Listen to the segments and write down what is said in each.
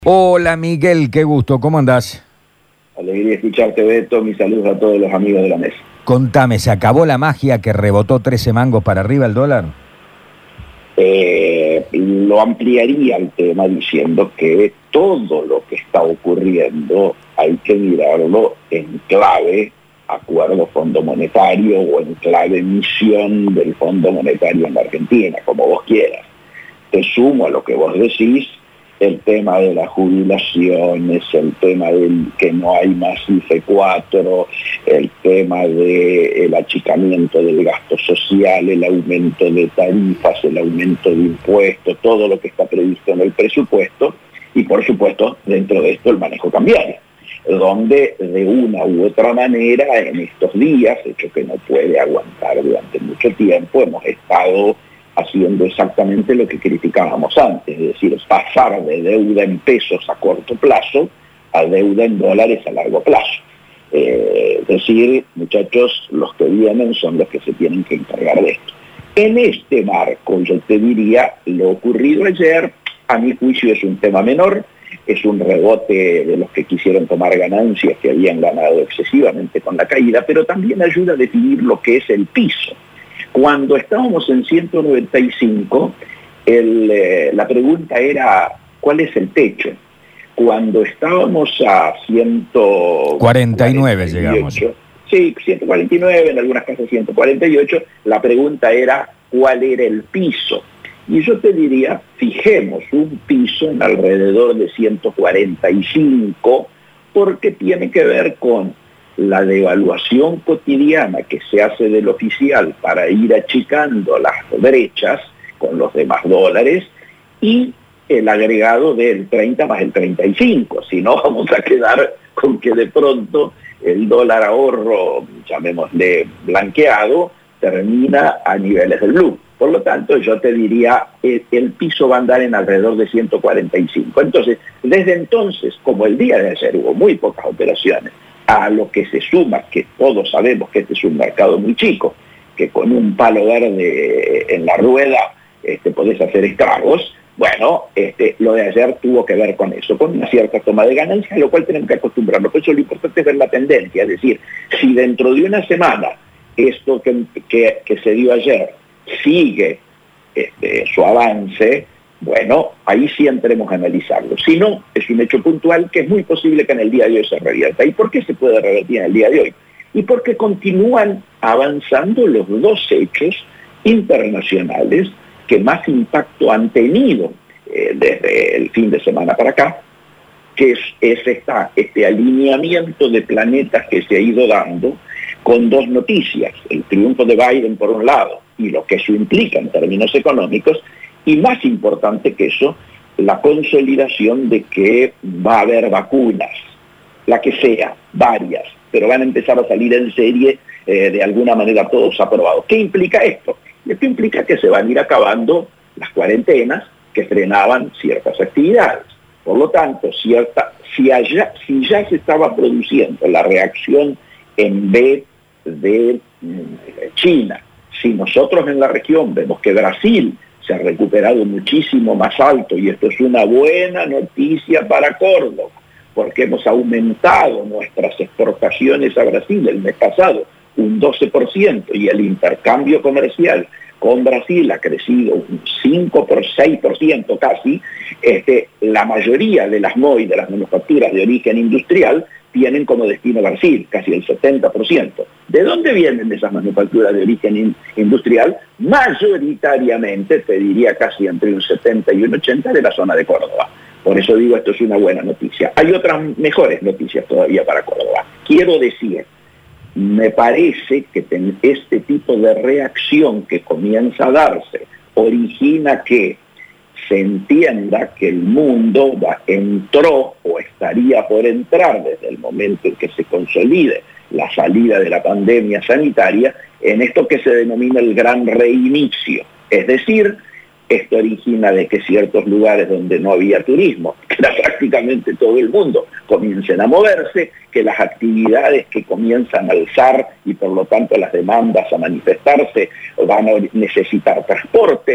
Hola Miguel, qué gusto, ¿cómo andás? Alegría escucharte, Beto. Mis saludos a todos los amigos de la mesa. Contame, ¿se acabó la magia que rebotó 13 mangos para arriba el dólar? Lo ampliaría el tema diciendo que todo lo que está ocurriendo hay que mirarlo en clave acuerdo Fondo Monetario o en clave misión del Fondo Monetario en la Argentina, como vos quieras. Te sumo a lo que vos decís, el tema de las jubilaciones, el tema del que no hay más IFE 4, el tema del achicamiento del gasto social, el aumento de tarifas, el aumento de impuestos, todo lo que está previsto en el presupuesto y por supuesto dentro de esto el manejo cambiario, donde de una u otra manera en estos días, hecho que no puede aguantar durante mucho tiempo, hemos estado haciendo exactamente lo que criticábamos antes, es decir, pasar de deuda en pesos a corto plazo a deuda en dólares a largo plazo. Es decir, muchachos, los que vienen son los que se tienen que encargar de esto. En este marco, yo te diría, lo ocurrido ayer, a mi juicio es un tema menor, es un rebote de los que quisieron tomar ganancias que habían ganado excesivamente con la caída, pero también ayuda a definir lo que es el piso. Cuando estábamos en 195, la pregunta era, ¿cuál es el techo? Cuando estábamos a 49 llegamos. Sí, 149, en algunas casas 148, la pregunta era, ¿cuál era el piso? Y yo te diría, fijemos un piso en alrededor de 145, porque tiene que ver con la devaluación cotidiana que se hace del oficial para ir achicando las brechas con los demás dólares y el agregado del 30 más el 35. Si no, vamos a quedar con que de pronto el dólar ahorro, llamémosle blanqueado, termina a niveles del blue. Por lo tanto, yo te diría, el piso va a andar en alrededor de 145. Entonces, desde entonces, como el día de ayer hubo muy pocas operaciones, a lo que se suma, que todos sabemos que este es un mercado muy chico, que con un palo verde en la rueda podés hacer estragos, bueno, lo de ayer tuvo que ver con eso, con una cierta toma de ganancias, a lo cual tenemos que acostumbrarnos. Por eso lo importante es ver la tendencia, es decir, si dentro de una semana esto que se dio ayer sigue su avance, bueno, ahí sí entremos a analizarlo. Si no, es un hecho puntual que es muy posible que en el día de hoy se revierta. ¿Y por qué se puede revertir en el día de hoy? Y porque continúan avanzando los dos hechos internacionales que más impacto han tenido desde el fin de semana para acá, que es este alineamiento de planetas que se ha ido dando con dos noticias: el triunfo de Biden por un lado y lo que eso implica en términos económicos, y más importante que eso, la consolidación de que va a haber vacunas, la que sea, varias, pero van a empezar a salir en serie de alguna manera todos aprobados. ¿Qué implica esto? Esto implica que se van a ir acabando las cuarentenas que frenaban ciertas actividades. Por lo tanto, si ya se estaba produciendo la reacción en B de China, si nosotros en la región vemos que Brasil se ha recuperado muchísimo más alto, y esto es una buena noticia para Córdoba, porque hemos aumentado nuestras exportaciones a Brasil el mes pasado un 12%, y el intercambio comercial con Brasil ha crecido un 6% casi. La mayoría de las MOI, de las manufacturas de origen industrial, tienen como destino Brasil, casi el 70%. ¿De dónde vienen esas manufacturas de origen industrial? Mayoritariamente, te diría casi entre un 70 y un 80 de la zona de Córdoba. Por eso digo, esto es una buena noticia. Hay otras mejores noticias todavía para Córdoba. Quiero decir, me parece que este tipo de reacción que comienza a darse origina que se entienda que el mundo entró o estaría por entrar, desde el momento en que se consolide la salida de la pandemia sanitaria, en esto que se denomina el gran reinicio. Es decir, esto origina de que ciertos lugares donde no había turismo, que era prácticamente todo el mundo, comiencen a moverse, que las actividades que comienzan a alzar y por lo tanto las demandas a manifestarse van a necesitar transporte.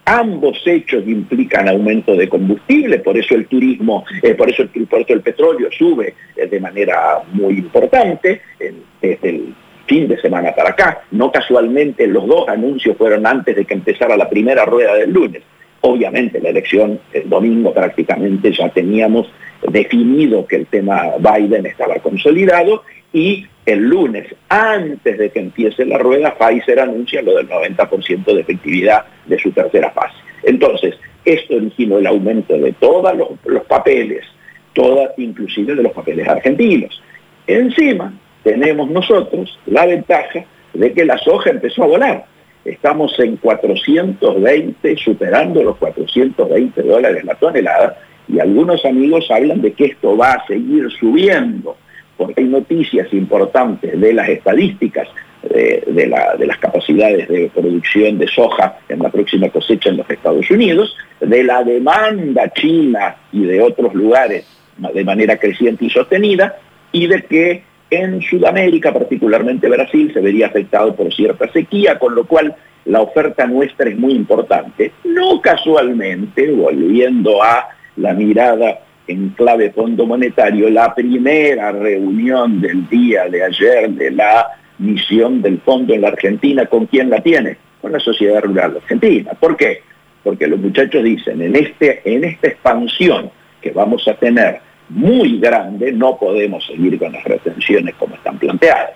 Ambos hechos implican aumento de combustible, por eso el turismo, por eso el petróleo sube de manera muy importante desde el fin de semana para acá. No casualmente los dos anuncios fueron antes de que empezara la primera rueda del lunes. Obviamente la elección el domingo prácticamente ya teníamos definido que el tema Biden estaba consolidado, y el lunes, antes de que empiece la rueda, Pfizer anuncia lo del 90% de efectividad de su tercera fase. Entonces, esto originó el aumento de todos los papeles, inclusive de los papeles argentinos. Encima, tenemos nosotros la ventaja de que la soja empezó a volar. Estamos en 420, superando los $420 la tonelada, y algunos amigos hablan de que esto va a seguir subiendo, porque hay noticias importantes de las estadísticas de las capacidades de producción de soja en la próxima cosecha en los Estados Unidos, de la demanda china y de otros lugares de manera creciente y sostenida, y de que en Sudamérica, particularmente Brasil, se vería afectado por cierta sequía, con lo cual la oferta nuestra es muy importante. No casualmente, volviendo a la mirada en clave Fondo Monetario, la primera reunión del día de ayer de la misión del fondo en la Argentina, ¿con quién la tiene? Con la Sociedad Rural Argentina. ¿Por qué? Porque los muchachos dicen, en esta expansión que vamos a tener muy grande, no podemos seguir con las retenciones como están planteadas.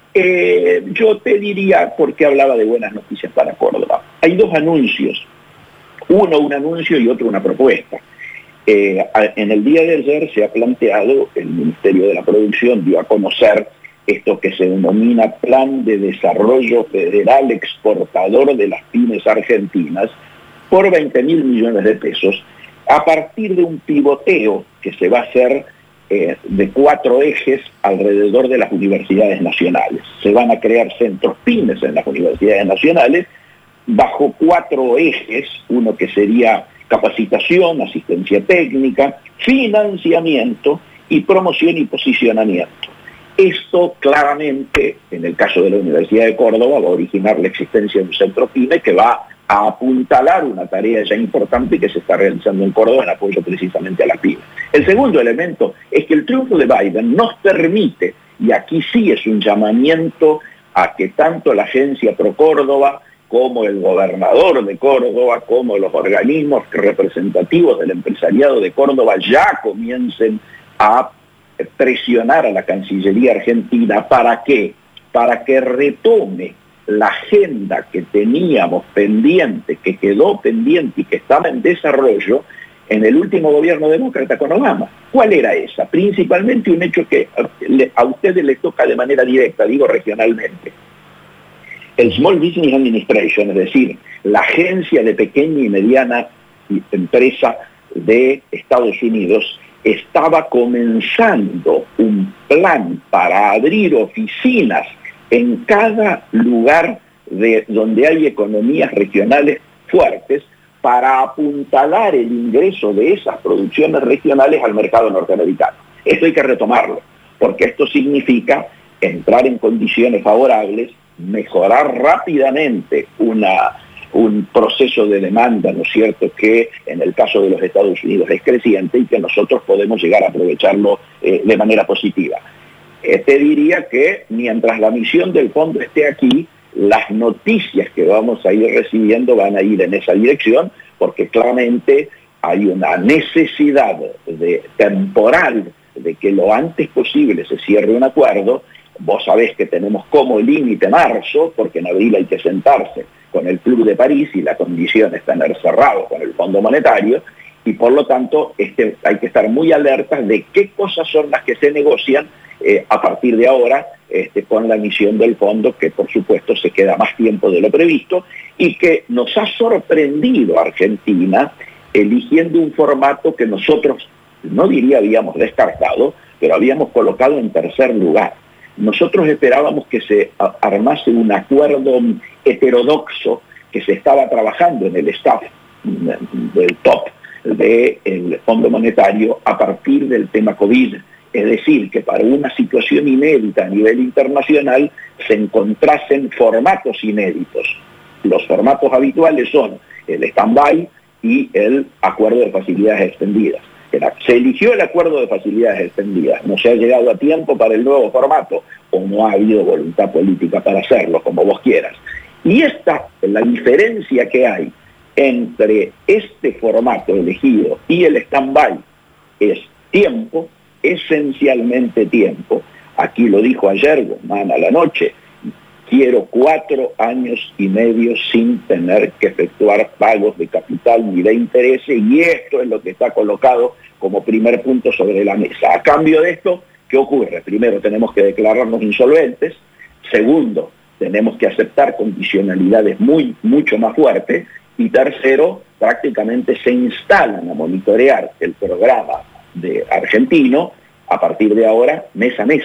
Yo te diría, porque hablaba de buenas noticias para Córdoba, hay dos anuncios, uno un anuncio y otro una propuesta. En el día de ayer se ha planteado, el Ministerio de la Producción dio a conocer esto que se denomina Plan de Desarrollo Federal Exportador de las Pymes Argentinas, por 20.000 millones de pesos, a partir de un pivoteo que se va a hacer de 4 ejes alrededor de las universidades nacionales. Se van a crear centros pymes en las universidades nacionales bajo 4 ejes, uno que sería capacitación, asistencia técnica, financiamiento y promoción y posicionamiento. Esto claramente, en el caso de la Universidad de Córdoba, va a originar la existencia de un centro pyme que va a apuntalar una tarea ya importante que se está realizando en Córdoba en apoyo precisamente a la pyme. El segundo elemento es que el triunfo de Biden nos permite, y aquí sí es un llamamiento a que tanto la Agencia Pro Córdoba como el gobernador de Córdoba, como los organismos representativos del empresariado de Córdoba ya comiencen a presionar a la Cancillería Argentina. ¿Para qué? Para que retome la agenda que teníamos pendiente, que quedó pendiente y que estaba en desarrollo en el último gobierno demócrata con Obama. ¿Cuál era esa? Principalmente un hecho que a ustedes les toca de manera directa, digo regionalmente. El Small Business Administration, es decir, la agencia de pequeña y mediana empresa de Estados Unidos, estaba comenzando un plan para abrir oficinas en cada lugar donde hay economías regionales fuertes, para apuntalar el ingreso de esas producciones regionales al mercado norteamericano. Esto hay que retomarlo, porque esto significa entrar en condiciones favorables, mejorar rápidamente un proceso de demanda, ¿no es cierto?, que en el caso de los Estados Unidos es creciente y que nosotros podemos llegar a aprovecharlo de manera positiva. Te diría que mientras la misión del fondo esté aquí, las noticias que vamos a ir recibiendo van a ir en esa dirección, porque claramente hay una necesidad temporal de que lo antes posible se cierre un acuerdo. Vos sabés que tenemos como límite marzo, porque en abril hay que sentarse con el Club de París y la condición es tener cerrado con el Fondo Monetario, y por lo tanto hay que estar muy alertas de qué cosas son las que se negocian a partir de ahora con la misión del fondo, que por supuesto se queda más tiempo de lo previsto y que nos ha sorprendido a Argentina eligiendo un formato que nosotros, no diría habíamos descartado, pero habíamos colocado en tercer lugar. Nosotros esperábamos que se armase un acuerdo heterodoxo que se estaba trabajando en el staff del top del Fondo Monetario a partir del tema COVID. Es decir, que para una situación inédita a nivel internacional se encontrasen formatos inéditos. Los formatos habituales son el stand-by y el acuerdo de facilidades extendidas. Se eligió el acuerdo de facilidades extendidas, no se ha llegado a tiempo para el nuevo formato, o no ha habido voluntad política para hacerlo, como vos quieras. Y esta, la diferencia que hay entre este formato elegido y el stand-by es tiempo, esencialmente tiempo. Aquí lo dijo ayer Guzmán a la noche: quiero 4 años y medio sin tener que efectuar pagos de capital ni de intereses, y esto es lo que está colocado como primer punto sobre la mesa. A cambio de esto, ¿qué ocurre? Primero, tenemos que declararnos insolventes. Segundo, tenemos que aceptar condicionalidades mucho más fuertes. Y tercero, prácticamente se instalan a monitorear el programa de argentino a partir de ahora, mes a mes.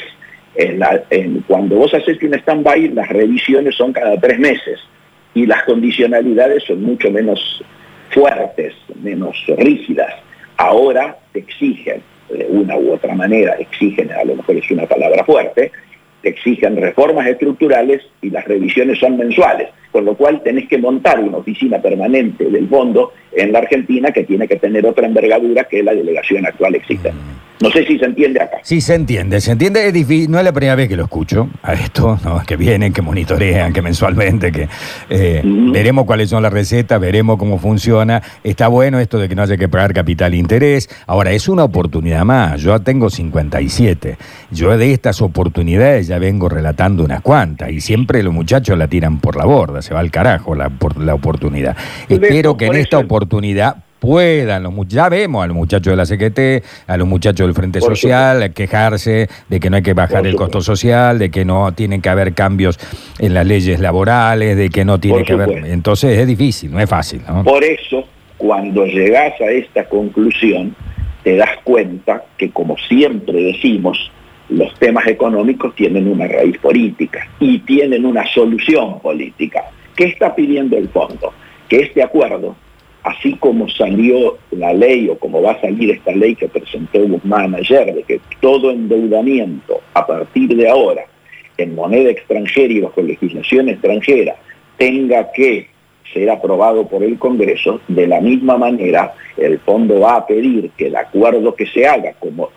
Cuando vos haces un stand-by, las revisiones son cada 3 meses y las condicionalidades son mucho menos fuertes, menos rígidas. Ahora te exigen, de una u otra manera, a lo mejor es una palabra fuerte, te exigen reformas estructurales y las revisiones son mensuales, con lo cual tenés que montar una oficina permanente del fondo en la Argentina que tiene que tener otra envergadura que la delegación actual existente. No sé si se entiende acá. Sí, se entiende, es difícil, no es la primera vez que lo escucho a esto, ¿no? Que vienen, que monitorean, que mensualmente, que veremos cuáles son las recetas, veremos cómo funciona. Está bueno esto de que no haya que pagar capital e interés. Ahora, es una oportunidad más. Yo tengo 57. Yo de estas oportunidades ya vengo relatando unas cuantas y siempre los muchachos la tiran por la borda, se va al carajo por la oportunidad. Espero que en esta oportunidad puedan, ya vemos a los muchachos de la CGT, a los muchachos del Frente Social, quejarse de que no hay que bajar el costo social, de que no tienen que haber cambios en las leyes laborales, de que no tiene que haber... Entonces es difícil, no es fácil, ¿no? Por eso, cuando llegás a esta conclusión, te das cuenta que, como siempre decimos, los temas económicos tienen una raíz política y tienen una solución política. ¿Qué está pidiendo el fondo? Que este acuerdo, así como salió la ley o como va a salir esta ley que presentó Guzmán ayer, de que todo endeudamiento a partir de ahora en moneda extranjera y bajo legislación extranjera tenga que ser aprobado por el Congreso, de la misma manera el fondo va a pedir que el acuerdo que se haga,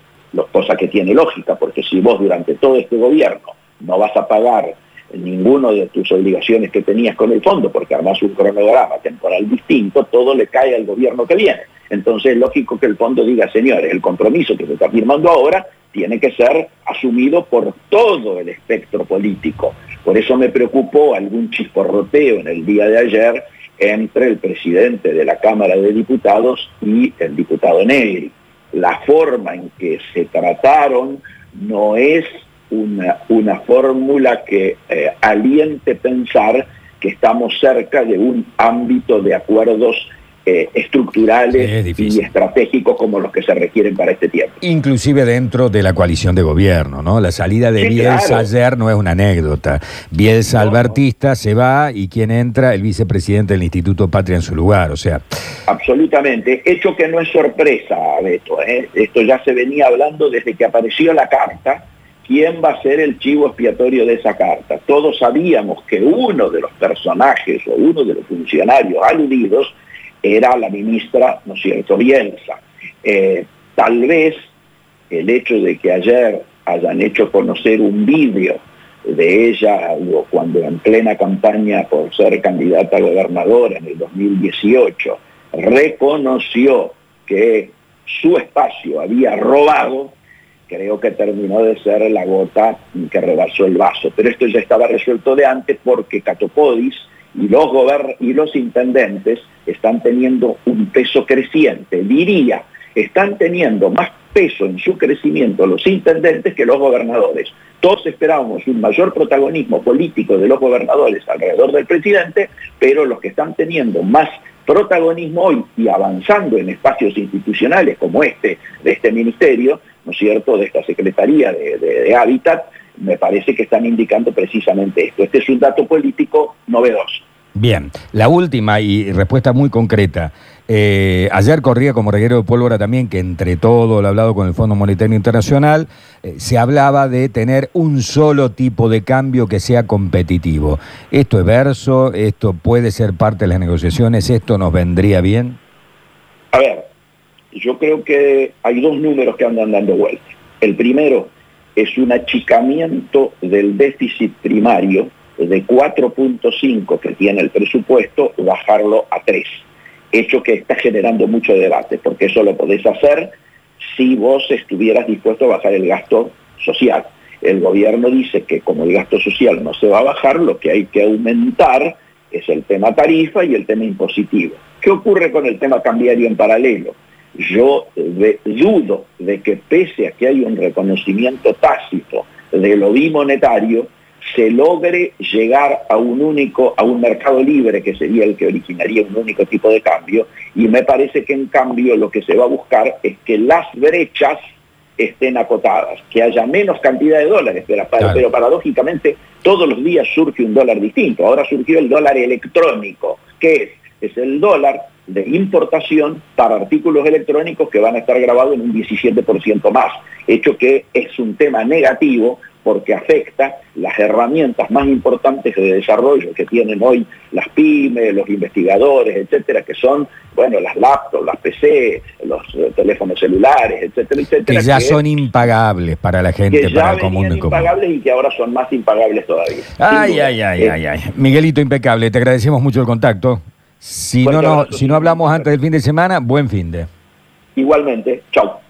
cosa que tiene lógica, porque si vos durante todo este gobierno no vas a pagar ninguno de tus obligaciones que tenías con el fondo, porque armás un cronograma temporal distinto, todo le cae al gobierno que viene. Entonces es lógico que el fondo diga: señores, el compromiso que se está firmando ahora tiene que ser asumido por todo el espectro político. Por eso me preocupó algún chisporroteo en el día de ayer entre el presidente de la Cámara de Diputados y el diputado Negri. La forma en que se trataron no es una fórmula que aliente pensar que estamos cerca de un ámbito de acuerdos estructurales y estratégicos como los que se requieren para este tiempo. Inclusive dentro de la coalición de gobierno, ¿no? La salida de Bielsa ayer no es una anécdota. Bielsa albertista se va y quien entra, el vicepresidente del Instituto Patria en su lugar, o sea... Absolutamente. Hecho que no es sorpresa, Beto, ¿eh? Esto ya se venía hablando desde que apareció la carta. ¿Quién va a ser el chivo expiatorio de esa carta? Todos sabíamos que uno de los personajes o uno de los funcionarios aludidos era la ministra, ¿no es cierto?, Bielsa. Tal vez el hecho de que ayer hayan hecho conocer un vídeo de ella cuando en plena campaña por ser candidata a gobernadora en el 2018 reconoció que su espacio había robado, creo que terminó de ser la gota que rebasó el vaso. Pero esto ya estaba resuelto de antes, porque Catopodis y los intendentes están teniendo un peso creciente. Diría, están teniendo más peso en su crecimiento los intendentes que los gobernadores. Todos esperábamos un mayor protagonismo político de los gobernadores alrededor del presidente, pero los que están teniendo más protagonismo hoy y avanzando en espacios institucionales como de este ministerio, ¿no es cierto?, de esta Secretaría de Hábitat, me parece que están indicando precisamente esto. Este es un dato político novedoso. Bien, la última y respuesta muy concreta. Ayer corría como reguero de pólvora también, que entre todo lo hablado con el Fondo Monetario Internacional, se hablaba de tener un solo tipo de cambio que sea competitivo. ¿Esto es verso? ¿Esto puede ser parte de las negociaciones? ¿Esto nos vendría bien? A ver, yo creo que hay dos números que andan dando vueltas. El primero es un achicamiento del déficit primario de 4.5 que tiene el presupuesto, bajarlo a 3. Hecho que está generando mucho debate, porque eso lo podés hacer si vos estuvieras dispuesto a bajar el gasto social. El gobierno dice que como el gasto social no se va a bajar, lo que hay que aumentar es el tema tarifa y el tema impositivo. ¿Qué ocurre con el tema cambiario en paralelo? Yo dudo de que pese a que hay un reconocimiento tácito de lo bimonetario, se logre llegar a un mercado libre que sería el que originaría un único tipo de cambio, y me parece que en cambio lo que se va a buscar es que las brechas estén acotadas, que haya menos cantidad de dólares, pero paradójicamente todos los días surge un dólar distinto. Ahora surgió el dólar electrónico, que es el dólar de importación para artículos electrónicos que van a estar grabados en un 17% más, hecho que es un tema negativo porque afecta las herramientas más importantes de desarrollo que tienen hoy las pymes, los investigadores, etcétera, que son, bueno, las laptops, las PC, los teléfonos celulares, etcétera, etcétera. Que ya son impagables para la gente, que para ya el común de común. Impagables y que ahora son más impagables todavía. Ay. Miguelito, impecable, te agradecemos mucho el contacto. Si no hablamos antes del fin de semana, buen fin de. Igualmente, chau.